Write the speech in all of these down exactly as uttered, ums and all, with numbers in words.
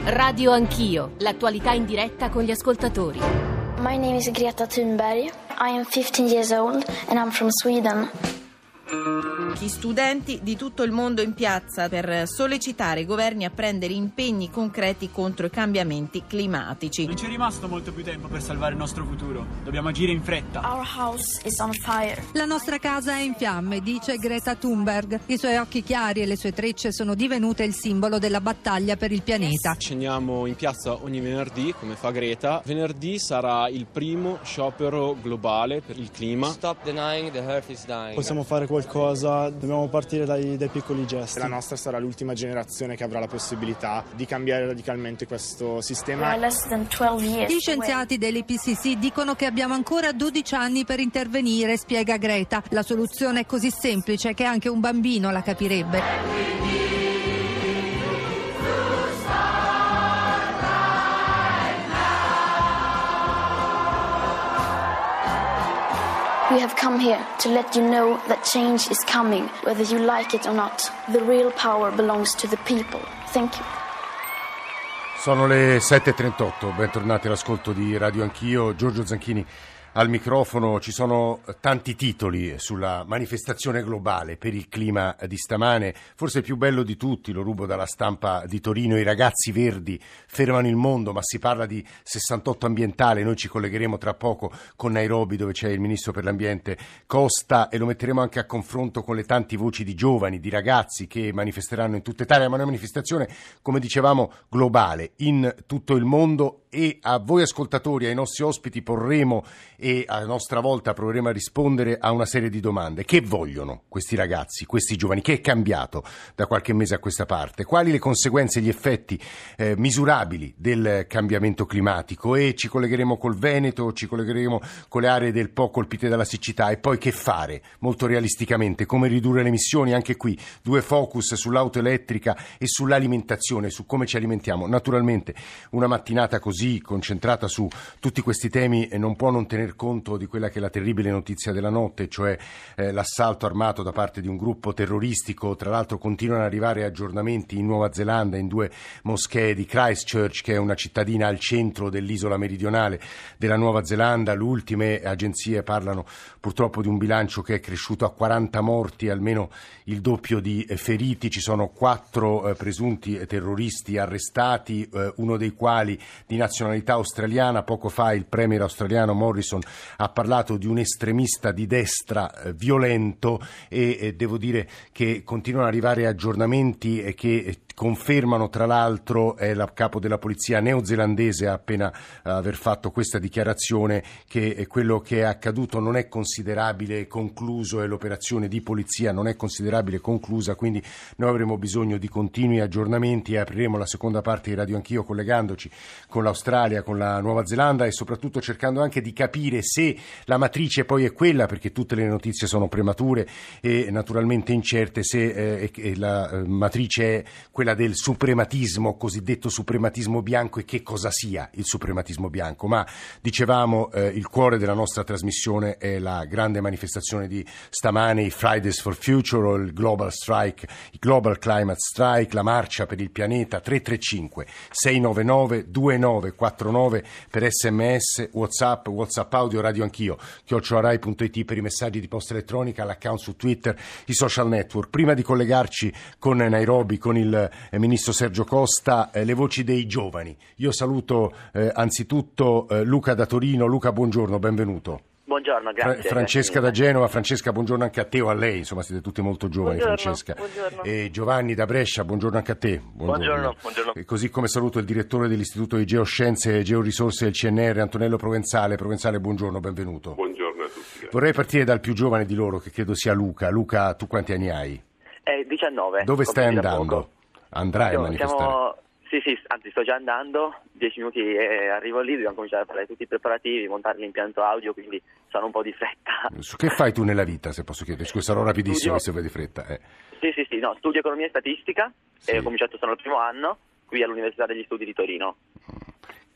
Radio Anch'io, l'attualità in diretta con gli ascoltatori. My name is Greta Thunberg. I am fifteen years old and I'm from Sweden. Gli studenti di tutto il mondo in piazza per sollecitare i governi a prendere impegni concreti contro i cambiamenti climatici. Non c'è rimasto molto più tempo per salvare il nostro futuro. Dobbiamo agire in fretta. Our house is on fire. La nostra casa è in fiamme, dice Greta Thunberg. I suoi occhi chiari e le sue trecce sono divenute il simbolo della battaglia per il pianeta. Scendiamo in piazza ogni venerdì, come fa Greta. Venerdì sarà il primo sciopero globale per il clima. Stop denying the earth is dying. Possiamo fare qualcosa, dobbiamo partire dai, dai piccoli gesti. La nostra sarà l'ultima generazione che avrà la possibilità di cambiare radicalmente questo sistema. Gli scienziati dell'I P C C dicono che abbiamo ancora dodici anni per intervenire, spiega Greta. La soluzione è così semplice che anche un bambino la capirebbe. We have come here to let you know that change is coming, whether you like it or not. The real power belongs to the people. Thank you. Sono le sette e trentotto, bentornati all'ascolto di Radio Anch'io. Giorgio Zanchini al microfono. Ci sono tanti titoli sulla manifestazione globale per il clima di stamane. Forse il più bello di tutti, lo rubo dalla stampa di Torino: i ragazzi verdi fermano il mondo, ma si parla di sessantotto ambientale. Noi ci collegheremo tra poco con Nairobi, dove c'è il ministro per l'ambiente Costa, e lo metteremo anche a confronto con le tanti voci di giovani, di ragazzi che manifesteranno in tutta Italia, ma una manifestazione, come dicevamo, globale in tutto il mondo. E a voi ascoltatori, ai nostri ospiti porremo e a nostra volta proveremo a rispondere a una serie di domande. Che vogliono questi ragazzi, questi giovani? Che è cambiato da qualche mese a questa parte? Quali le conseguenze e gli effetti eh, misurabili del cambiamento climatico? E ci collegheremo col Veneto, ci collegheremo con le aree del Po colpite dalla siccità. E poi che fare, molto realisticamente? Come ridurre le emissioni? Anche qui due focus sull'auto elettrica e sull'alimentazione, su come ci alimentiamo. Naturalmente una mattinata così concentrata su tutti questi temi e non può non tener conto di quella che è la terribile notizia della notte, cioè eh, l'assalto armato da parte di un gruppo terroristico. Tra l'altro continuano ad arrivare aggiornamenti in Nuova Zelanda, in due moschee di Christchurch, che è una cittadina al centro dell'isola meridionale della Nuova Zelanda. Le ultime agenzie parlano purtroppo di un bilancio che è cresciuto a quaranta morti, almeno il doppio di eh, feriti. Ci sono quattro eh, presunti terroristi arrestati, eh, uno dei quali di nazionalità australiana. Poco fa il premier australiano Morrison ha parlato di un estremista di destra eh, violento e eh, devo dire che continuano ad arrivare aggiornamenti eh, che eh, confermano, tra l'altro, è la capo della polizia neozelandese a appena eh, aver fatto questa dichiarazione, che eh, quello che è accaduto non è considerabile concluso e l'operazione di polizia non è considerabile conclusa, quindi noi avremo bisogno di continui aggiornamenti e apriremo la seconda parte di Radio Anch'io collegandoci con l'Australia, con la Nuova Zelanda e soprattutto cercando anche di capire se la matrice poi è quella, perché tutte le notizie sono premature e naturalmente incerte, se eh, la eh, matrice è quella del suprematismo, cosiddetto suprematismo bianco, e che cosa sia il suprematismo bianco. Ma dicevamo, eh, il cuore della nostra trasmissione è la grande manifestazione di stamane, i Fridays for Future o il Global Strike, il Global Climate Strike, la marcia per il pianeta. Tre tre cinque sei nove nove due nove quattro nove per sms, whatsapp, whatsapp audio, Radio Anch'io chiocciola rai punto it per i messaggi di posta elettronica, l'account su Twitter, i social network. Prima di collegarci con Nairobi, con il eh, ministro Sergio Costa, eh, le voci dei giovani. Io saluto eh, anzitutto eh, Luca da Torino. Luca, buongiorno, benvenuto. Buongiorno, grazie. Fra- Francesca grazie. da Genova. Francesca, buongiorno anche a te o a lei, insomma siete tutti molto giovani. Buongiorno, Francesca. buongiorno. E Giovanni da Brescia, buongiorno anche a te. Buongiorno. Buongiorno, buongiorno. E così come saluto il direttore dell'Istituto di Geoscienze e Georisorse del C N R, Antonello Provenzale. Provenzale, buongiorno, benvenuto. Buongiorno a tutti. Grazie. Vorrei partire dal più giovane di loro, che credo sia Luca. Luca, tu quanti anni hai? Eh, diciannove. Dove stai andando? Poco. Andrai Siamo, a manifestare? Siamo... Sì, sì, anzi sto già andando, dieci minuti e arrivo lì, dobbiamo cominciare a fare tutti i preparativi, montare l'impianto audio, quindi sono un po' di fretta. Su che fai tu nella vita, se posso chiedere? Scusa, sarò rapidissimo, Studio... se vai di fretta. Eh. Sì, sì, sì, no, studio economia e statistica, sì. E ho cominciato, sono al primo anno, qui all'Università degli Studi di Torino.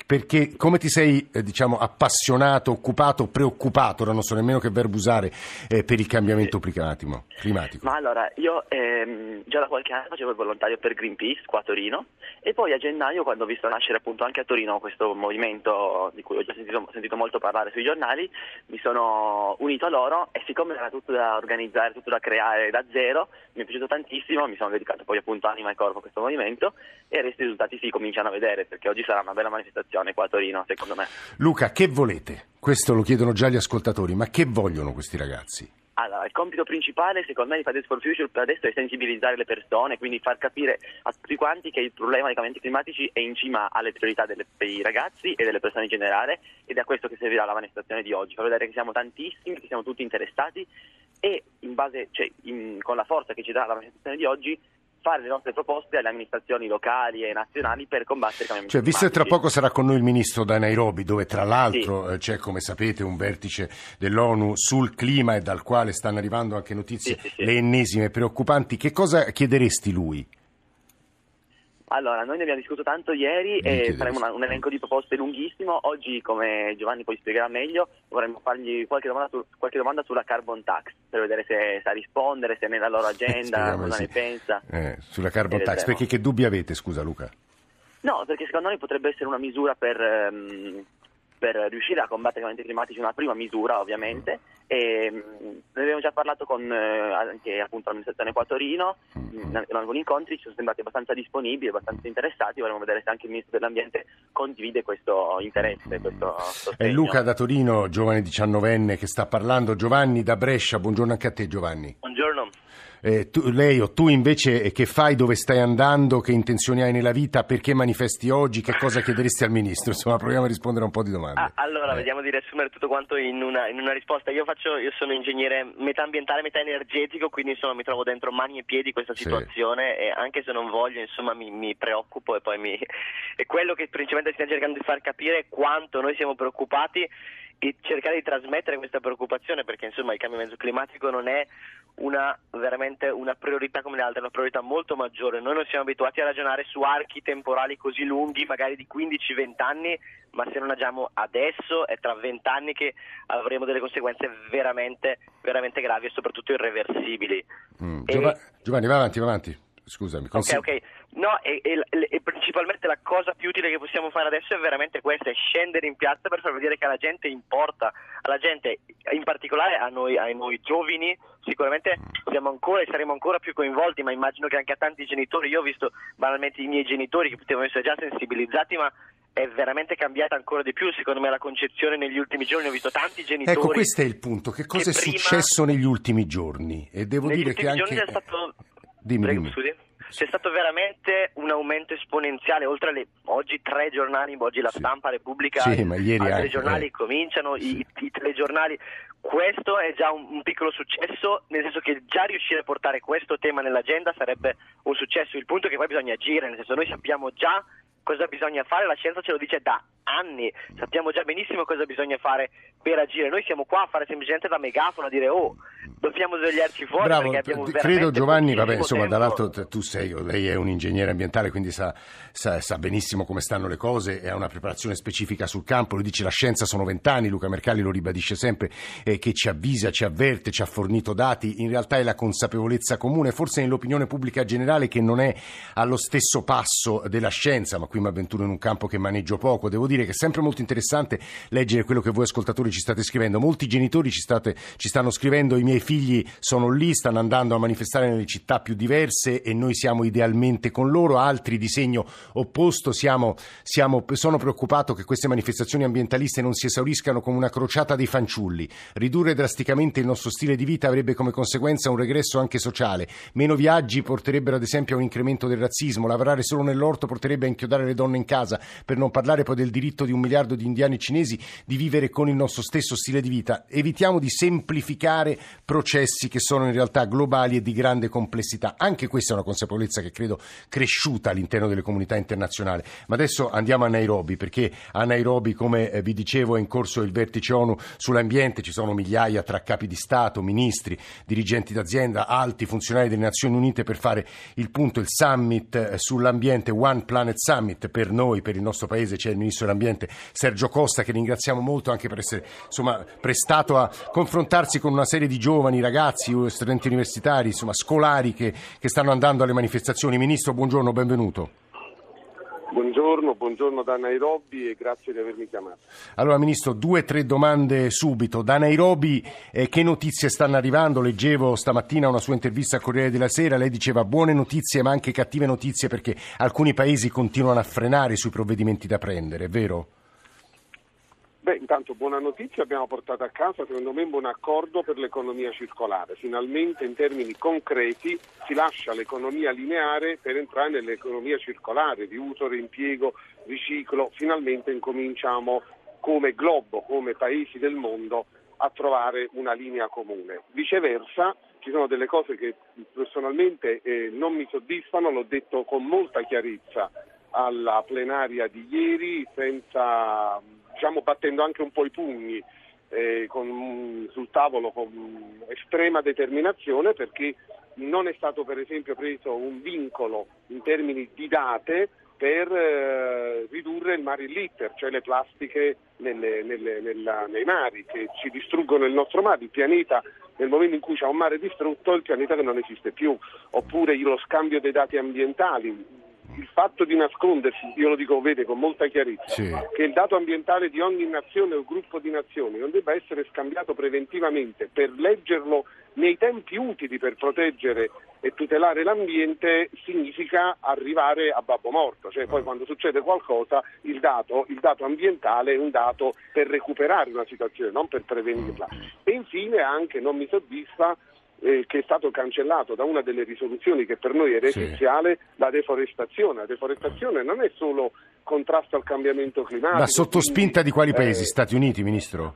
perché come ti sei eh, diciamo appassionato, occupato, preoccupato, ora non so nemmeno che verbo usare, eh, per il cambiamento climatico? climatico? Ma allora, io ehm, già da qualche anno facevo il volontario per Greenpeace qua a Torino, e poi a gennaio, quando ho visto nascere appunto anche a Torino questo movimento di cui ho già sentito, sentito molto parlare sui giornali, mi sono unito a loro, e siccome era tutto da organizzare, tutto da creare da zero, mi è piaciuto tantissimo, mi sono dedicato poi appunto anima e corpo a questo movimento, e i risultati si cominciano a vedere, perché oggi sarà una bella manifestazione qua a Torino, secondo me. Luca, che volete? Questo lo chiedono già gli ascoltatori, ma che vogliono questi ragazzi? Allora, il compito principale, secondo me, di Fridays for Future per adesso è sensibilizzare le persone, quindi far capire a tutti quanti che il problema dei cambiamenti climatici è in cima alle priorità delle, dei ragazzi e delle persone in generale, ed è a questo che servirà la manifestazione di oggi, far vedere che siamo tantissimi, che siamo tutti interessati, e in base, cioè, in, con la forza che ci dà la manifestazione di oggi, fare le nostre proposte alle amministrazioni locali e nazionali per combattere i cambiamenti cioè, visto che tra poco sarà con noi il ministro da Nairobi, dove tra l'altro sì. c'è, come sapete, un vertice dell'ONU sul clima, e dal quale stanno arrivando anche notizie sì, sì, sì. le ennesime preoccupanti, che cosa chiederesti lui? Allora, noi ne abbiamo discusso tanto ieri e faremo una, un elenco di proposte lunghissimo. Oggi, come Giovanni poi spiegherà meglio, vorremmo fargli qualche domanda, su, qualche domanda sulla carbon tax, per vedere se sa rispondere, se è nella loro agenda, cosa sì. ne pensa. Eh, sulla carbon tax, perché che dubbi avete, scusa Luca? No, perché secondo noi potrebbe essere una misura per... Um, per riuscire a combattere i cambiamenti climatici, una prima misura ovviamente, e ne abbiamo già parlato con eh, anche appunto l'amministrazione qua a Torino, in, in alcuni incontri ci sono sembrati abbastanza disponibili, abbastanza interessati. Vorremmo vedere se anche il ministro dell'ambiente condivide questo interesse, questo sostegno. È Luca da Torino, giovane diciannovenne, che sta parlando. Giovanni da Brescia, buongiorno anche a te Giovanni. Buongiorno. Eh, tu, lei o tu invece che fai, dove stai andando, che intenzioni hai nella vita, perché manifesti oggi, che cosa chiederesti al ministro? Insomma, proviamo a rispondere a un po' di domande. Ah, allora, eh. vediamo di riassumere tutto quanto in una, in una risposta. Io faccio, io sono ingegnere metà ambientale, metà energetico, quindi insomma mi trovo dentro mani e piedi questa situazione, sì. E anche se non voglio, insomma mi, mi preoccupo, e poi mi e quello che principalmente stiamo cercando di far capire è quanto noi siamo preoccupati e cercare di trasmettere questa preoccupazione, perché insomma il cambiamento climatico non è una veramente una priorità come le altre, è una priorità molto maggiore. Noi non siamo abituati a ragionare su archi temporali così lunghi, magari di quindici venti anni, ma se non agiamo adesso è tra venti anni che avremo delle conseguenze veramente, veramente gravi e soprattutto irreversibili. Mm. Giova- e... Giovanni, va avanti, va avanti. Scusami. Ok, ok. No, e, e, e principalmente la cosa più utile che possiamo fare adesso è veramente questa, è scendere in piazza per far vedere che alla gente importa, alla gente, in particolare a noi, ai noi giovani, sicuramente siamo ancora e saremo ancora più coinvolti, ma immagino che anche a tanti genitori. Io ho visto banalmente i miei genitori che potevano essere già sensibilizzati, ma è veramente cambiata ancora di più, secondo me, la concezione negli ultimi giorni. Ho visto tanti genitori. Ecco, questo è il punto. Che cosa che è prima, successo negli ultimi giorni? E devo dire che anche... È stato... Dimmi, Prego, dimmi. Scusi. C'è stato veramente un aumento esponenziale, oltre alle oggi tre giornali, oggi la Stampa, Repubblica, sì, ma ieri altri anche, giornali eh. cominciano, sì. i, i telegiornali. Questo è già un, un piccolo successo, nel senso che già riuscire a portare questo tema nell'agenda sarebbe un successo. Il punto è che poi bisogna agire, nel senso noi sappiamo già cosa bisogna fare, la scienza ce lo dice da anni, sappiamo già benissimo cosa bisogna fare per agire. Noi siamo qua a fare semplicemente da megafono, a dire oh, dobbiamo svegliarci fuori. Bravo, perché abbiamo credo Giovanni, vabbè, insomma, tempo. Dall'altro tu sei, lei è un ingegnere ambientale, quindi sa, sa, sa benissimo come stanno le cose e ha una preparazione specifica sul campo. Lui dice la scienza sono vent'anni, Luca Mercalli lo ribadisce sempre, eh, che ci avvisa, ci avverte, ci ha fornito dati. In realtà è la consapevolezza comune, forse nell'opinione pubblica generale, che non è allo stesso passo della scienza, ma qui mi avventuro in un campo che maneggio poco. Devo dire che è sempre molto interessante leggere quello che voi ascoltatori ci state scrivendo. Molti genitori ci, state, ci stanno scrivendo: i miei figli sono lì, stanno andando a manifestare nelle città più diverse e noi siamo idealmente con loro. Altri di segno opposto: siamo, siamo, sono preoccupato che queste manifestazioni ambientaliste non si esauriscano come una crociata dei fanciulli. Ridurre drasticamente il nostro stile di vita avrebbe come conseguenza un regresso anche sociale. Meno viaggi porterebbero ad esempio a un incremento del razzismo. Lavorare solo nell'orto porterebbe a inchiodare le donne in casa, per non parlare poi del diritto di un miliardo di indiani cinesi di vivere con il nostro stesso stile di vita. Evitiamo di semplificare processi che sono in realtà globali e di grande complessità. Anche questa è una consapevolezza che credo cresciuta all'interno delle comunità internazionali. Ma adesso andiamo a Nairobi, perché a Nairobi, come vi dicevo, è in corso il vertice ONU sull'ambiente. Ci sono migliaia tra capi di Stato, ministri, dirigenti d'azienda, alti funzionari delle Nazioni Unite per fare il punto, il summit sull'ambiente, One Planet Summit. Per noi, per il nostro paese, c'è il ministro dell'Ambiente, Sergio Costa, che ringraziamo molto anche per essere insomma, prestato a confrontarsi con una serie di giovani, ragazzi, studenti universitari, insomma scolari che, che stanno andando alle manifestazioni. Ministro, buongiorno, benvenuto. Buongiorno, buongiorno da Nairobi e grazie di avermi chiamato. Allora Ministro, due o tre domande subito. Da Nairobi eh, che notizie stanno arrivando? Leggevo stamattina una sua intervista al Corriere della Sera, lei diceva buone notizie ma anche cattive notizie perché alcuni paesi continuano a frenare sui provvedimenti da prendere, è vero? Beh, intanto buona notizia, abbiamo portato a casa secondo me un buon accordo per l'economia circolare. Finalmente in termini concreti si lascia l'economia lineare per entrare nell'economia circolare, di uso, reimpiego, riciclo. Finalmente incominciamo come globo, come paesi del mondo a trovare una linea comune. Viceversa ci sono delle cose che personalmente eh, non mi soddisfano, l'ho detto con molta chiarezza alla plenaria di ieri, senza, diciamo, battendo anche un po' i pugni eh, con, sul tavolo con estrema determinazione, perché non è stato per esempio preso un vincolo in termini di date per eh, ridurre il marine litter, cioè le plastiche nelle, nelle, nella, nei mari che ci distruggono il nostro mare, il pianeta. Nel momento in cui c'è un mare distrutto, il pianeta che non esiste più. Oppure lo scambio dei dati ambientali. Il fatto di nascondersi, io lo dico, vede, con molta chiarezza, sì, che il dato ambientale di ogni nazione o gruppo di nazioni non debba essere scambiato preventivamente per leggerlo nei tempi utili per proteggere e tutelare l'ambiente, significa arrivare a babbo morto. Cioè poi quando succede qualcosa il dato, il dato ambientale è un dato per recuperare una situazione, non per prevenirla. E infine anche non mi soddisfa Eh, che è stato cancellato da una delle risoluzioni che per noi era essenziale, sì, la deforestazione. La deforestazione non è solo contrasto al cambiamento climatico. Ma sotto spinta di quali paesi? Eh, Stati Uniti, Ministro?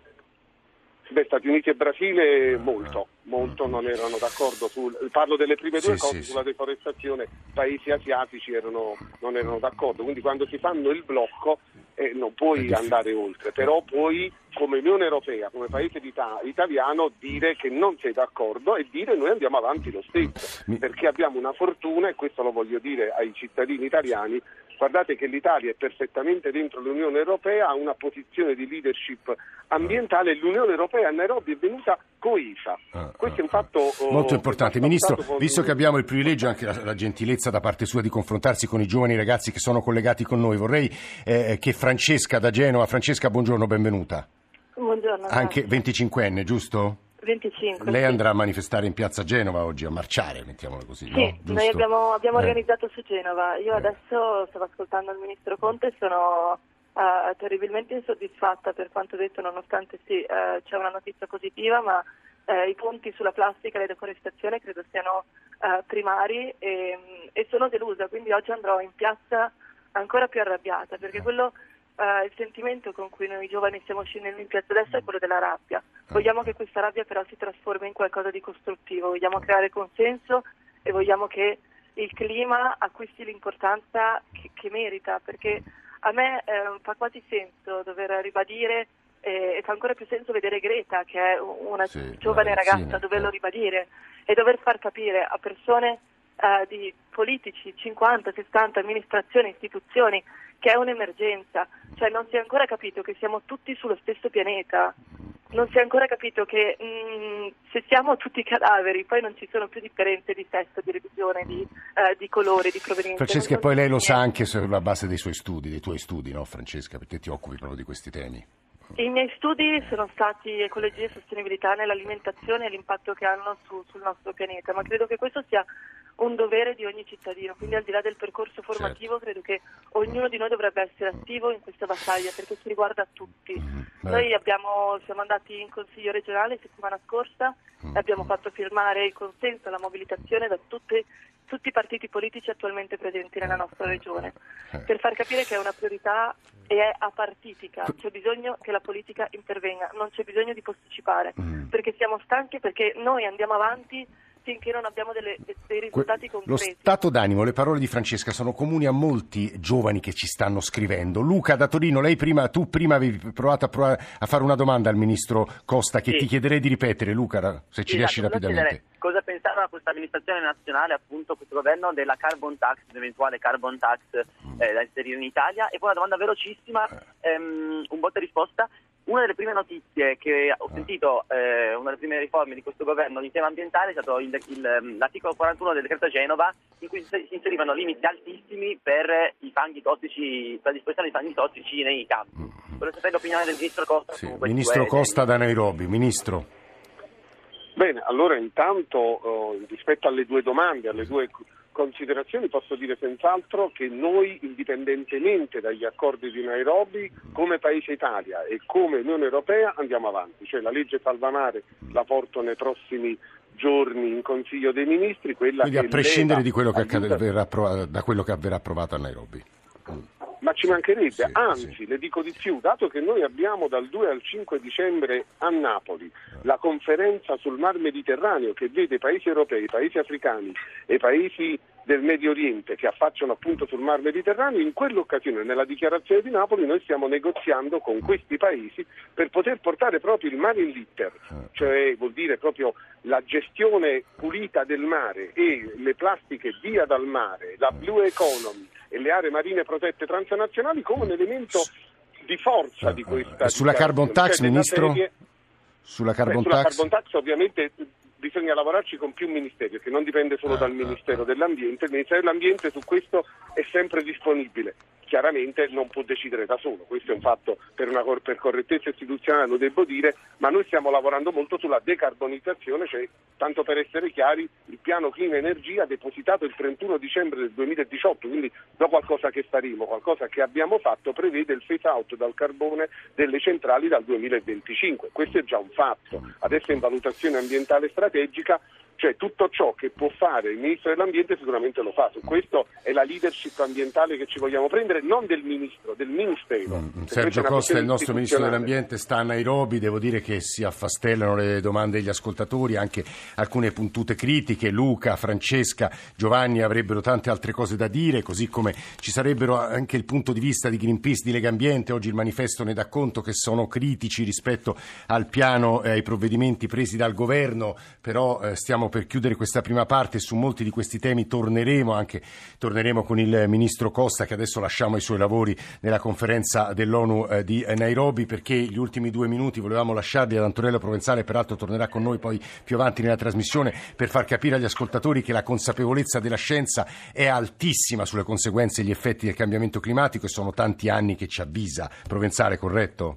Beh, Stati Uniti e Brasile molto, molto non erano d'accordo sul, parlo delle prime due sì, cose, sì, sulla deforestazione, paesi asiatici erano, non erano d'accordo, quindi quando si fanno il blocco eh, non puoi andare oltre, però puoi come Unione Europea, come paese d'Ita- italiano dire che non sei d'accordo e dire noi andiamo avanti lo stesso, perché abbiamo una fortuna, e questo lo voglio dire ai cittadini italiani. Guardate che l'Italia è perfettamente dentro l'Unione Europea, ha una posizione di leadership ambientale e l'Unione Europea a Nairobi è venuta coesa. Ah, Questo è un fatto oh, molto importante. Ministro, con... visto che abbiamo il privilegio e anche la, la gentilezza da parte sua di confrontarsi con i giovani ragazzi che sono collegati con noi, vorrei eh, che Francesca da Genova, Francesca, buongiorno, benvenuta. Buongiorno. Anche venticinquenne, giusto? venticinque. Lei sì. andrà a manifestare in piazza Genova oggi, a marciare, mettiamolo così. Sì, no? noi abbiamo, abbiamo eh. organizzato su Genova. Io eh. adesso stavo ascoltando il Ministro Conte e sono uh, terribilmente insoddisfatta per quanto detto, nonostante sì, uh, c'è una notizia positiva, ma uh, i punti sulla plastica e la deforestazione credo siano uh, primari e, e sono delusa, quindi oggi andrò in piazza ancora più arrabbiata, perché quello... Uh, il sentimento con cui noi giovani stiamo scendendo in piazza adesso è quello della rabbia. Vogliamo che questa rabbia però si trasformi in qualcosa di costruttivo, vogliamo creare consenso e vogliamo che il clima acquisti l'importanza che, che merita, perché a me eh, fa quasi senso dover ribadire eh, e fa ancora più senso vedere Greta, che è una sì, giovane ragazza, doverlo ribadire e dover far capire a persone Uh, di politici, cinquanta, sessanta, amministrazioni, istituzioni, che è un'emergenza. Cioè non si è ancora capito che siamo tutti sullo stesso pianeta, non si è ancora capito che mh, se siamo tutti cadaveri poi non ci sono più differenze di sesso, di religione, di, uh, di colore, di provenienza. Francesca, e poi lei lo sa anche sulla base dei suoi studi, dei tuoi studi, no Francesca, perché ti occupi proprio di questi temi. I miei studi sono stati ecologia e sostenibilità nell'alimentazione e l'impatto che hanno su, sul nostro pianeta, ma credo che questo sia un dovere di ogni cittadino, quindi al di là del percorso formativo certo. credo che ognuno di noi dovrebbe essere attivo in questa battaglia perché ci riguarda tutti. Mm, noi abbiamo, siamo andati in consiglio regionale settimana scorsa mm. e abbiamo fatto firmare il consenso alla mobilitazione da tutte, tutti i partiti politici attualmente presenti nella nostra regione, per far capire che è una priorità e è apartitica, c'è bisogno che la politica intervenga, non c'è bisogno di posticipare, mm. perché siamo stanchi, perché noi andiamo avanti finché non abbiamo delle, dei risultati Lo concreti. stato d'animo, le parole di Francesca sono comuni a molti giovani che ci stanno scrivendo. Luca da Torino, lei prima, tu prima avevi provato a, provare a fare una domanda al ministro Costa che sì. ti chiederei di ripetere, Luca, se ci sì, riesci esatto, rapidamente. Cosa pensava questa amministrazione nazionale, appunto questo governo, della carbon tax, dell'eventuale carbon tax eh, da inserire in Italia? E poi una domanda velocissima, ehm, un botta e risposta. Una delle prime notizie che ho sentito, eh, una delle prime riforme di questo governo in tema ambientale è stato il, il, l'articolo quarantuno del decreto Genova, in cui si inserivano limiti altissimi per i fanghi tossici, per la disposizione di fanghi tossici nei campi. Volevo sapere l'opinione del ministro Costa. Sì, su ministro questo, Costa da Nairobi, ministro. Bene, allora intanto eh, rispetto alle due domande, alle due considerazioni, posso dire senz'altro che noi, indipendentemente dagli accordi di Nairobi, come Paese Italia e come Unione Europea andiamo avanti, cioè la legge Salvamare la porto nei prossimi giorni in Consiglio dei Ministri, quella Quindi che a prescindere di quello che aiuta... accade, verrà, da quello che verrà approvato a Nairobi. Ma ci mancherebbe, Sì, anzi sì. le dico di più, dato che noi abbiamo dal due al cinque dicembre a Napoli la conferenza sul Mar Mediterraneo che vede paesi europei, paesi africani e paesi del Medio Oriente che affacciano appunto sul Mar Mediterraneo, in quell'occasione nella dichiarazione di Napoli noi stiamo negoziando con questi paesi per poter portare proprio il mare in litter, cioè vuol dire proprio la gestione pulita del mare e le plastiche via dal mare, la blue economy e le aree marine protette transnazionali come un elemento di forza di questa... E sulla carbon tax, cioè, ministro? Serie... Sulla carbon Beh, sulla tax? carbon tax ovviamente bisogna lavorarci con più ministeri, perché non dipende solo ah, dal Ministero ah, dell'Ambiente. Il Ministero dell'Ambiente su questo è sempre disponibile. Chiaramente non può decidere da solo, questo è un fatto per, una, per correttezza istituzionale, lo devo dire, ma noi stiamo lavorando molto sulla decarbonizzazione, cioè, tanto per essere chiari, il piano clima energia depositato il trentuno dicembre del duemiladiciotto, quindi no qualcosa che faremo, qualcosa che abbiamo fatto, prevede il phase out dal carbone delle centrali dal duemilaventicinque. Questo è già un fatto, adesso è in valutazione ambientale strategica, cioè tutto ciò che può fare il Ministro dell'Ambiente sicuramente lo fa. Su questo è la leadership ambientale che ci vogliamo prendere, non del Ministro, del Ministero. Mm, Sergio Costa, il nostro Ministro dell'Ambiente, sta a Nairobi. Devo dire che si affastellano le domande degli ascoltatori, anche alcune puntute critiche. Luca, Francesca, Giovanni avrebbero tante altre cose da dire, così come ci sarebbero anche il punto di vista di Greenpeace, di Legambiente. Oggi il manifesto ne dà conto che sono critici rispetto al piano e ai provvedimenti presi dal governo, però eh, stiamo per chiudere questa prima parte. Su molti di questi temi torneremo, anche torneremo con il ministro Costa, che adesso lasciamo ai suoi lavori nella conferenza dell'ONU eh, di Nairobi, perché gli ultimi due minuti volevamo lasciarli ad Antonella Provenzale, peraltro tornerà con noi poi più avanti nella trasmissione, per far capire agli ascoltatori che la consapevolezza della scienza è altissima sulle conseguenze e gli effetti del cambiamento climatico, e sono tanti anni che ci avvisa. Provenzale, corretto?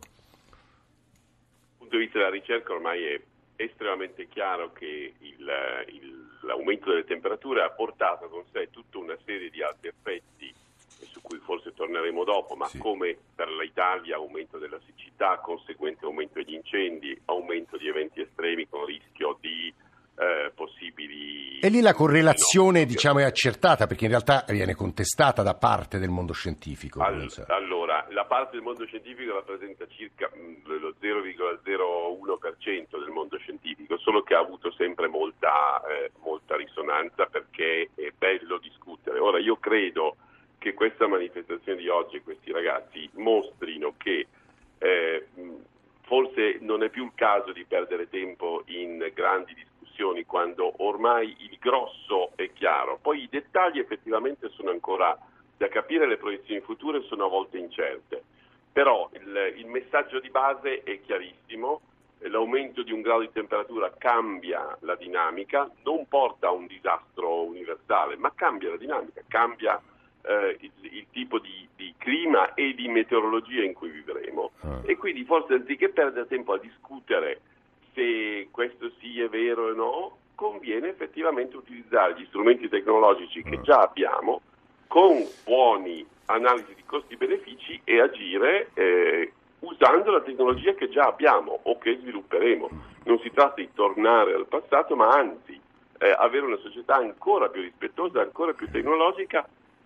Dal punto di vista della ricerca ormai è estremamente chiaro che il, il, l'aumento delle temperature ha portato con sé tutta una serie di altri effetti su cui forse torneremo dopo, ma sì, come per l'Italia aumento della siccità, conseguente aumento degli incendi, aumento di eventi estremi con rischio di eh, possibili... E lì la correlazione, diciamo, è accertata, perché in realtà viene contestata da parte del mondo scientifico. All, allora, la parte del mondo scientifico rappresenta circa mh, lo zero virgola zero uno per cento del mondo scientifico, solo che ha avuto sempre molta, eh, molta risonanza, perché è bello discutere. Ora, io credo che questa manifestazione di oggi, questi ragazzi, mostrino che eh, forse non è più il caso di perdere tempo in grandi discussioni, quando ormai il grosso è chiaro. Poi i dettagli effettivamente sono ancora da capire, le proiezioni future sono a volte incerte, però il, il messaggio di base è chiarissimo: l'aumento di un grado di temperatura cambia la dinamica, non porta a un disastro universale, ma cambia la dinamica, cambia eh, il, il tipo di, di clima e di meteorologia in cui vivremo. Ah. E quindi forse, anziché perdere tempo a discutere se questo sì è vero o no, conviene effettivamente utilizzare gli strumenti tecnologici che già abbiamo, con buoni analisi di costi-benefici, e agire eh, usando la tecnologia che già abbiamo o che svilupperemo. Non si tratta di tornare al passato, ma anzi eh, avere una società ancora più rispettosa, ancora più tecnologica,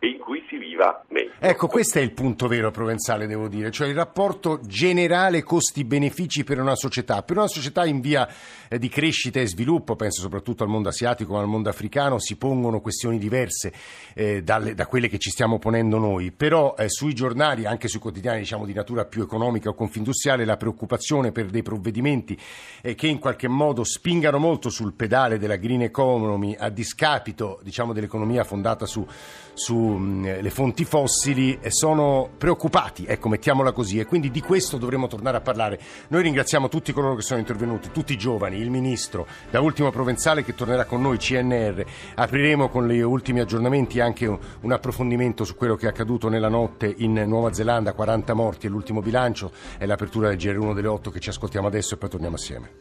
e in cui si viva meglio. Ecco, questo è il punto vero provenzale, devo dire, cioè il rapporto generale costi-benefici per una società. Per una società in via eh, di crescita e sviluppo, penso soprattutto al mondo asiatico ma al mondo africano, si pongono questioni diverse eh, dalle, da quelle che ci stiamo ponendo noi, però eh, sui giornali, anche sui quotidiani diciamo di natura più economica o confindustriale, la preoccupazione per dei provvedimenti eh, che in qualche modo spingano molto sul pedale della green economy a discapito diciamo dell'economia fondata su sulle fonti fossili, e sono preoccupati, ecco, mettiamola così, e quindi di questo dovremo tornare a parlare. Noi ringraziamo tutti coloro che sono intervenuti, tutti i giovani, il ministro, da Ultimo Provenzale che tornerà con noi, C N R. Apriremo con gli ultimi aggiornamenti anche un, un approfondimento su quello che è accaduto nella notte in Nuova Zelanda, quaranta morti e l'ultimo bilancio, è l'apertura del G R uno delle otto che ci ascoltiamo adesso e poi torniamo assieme.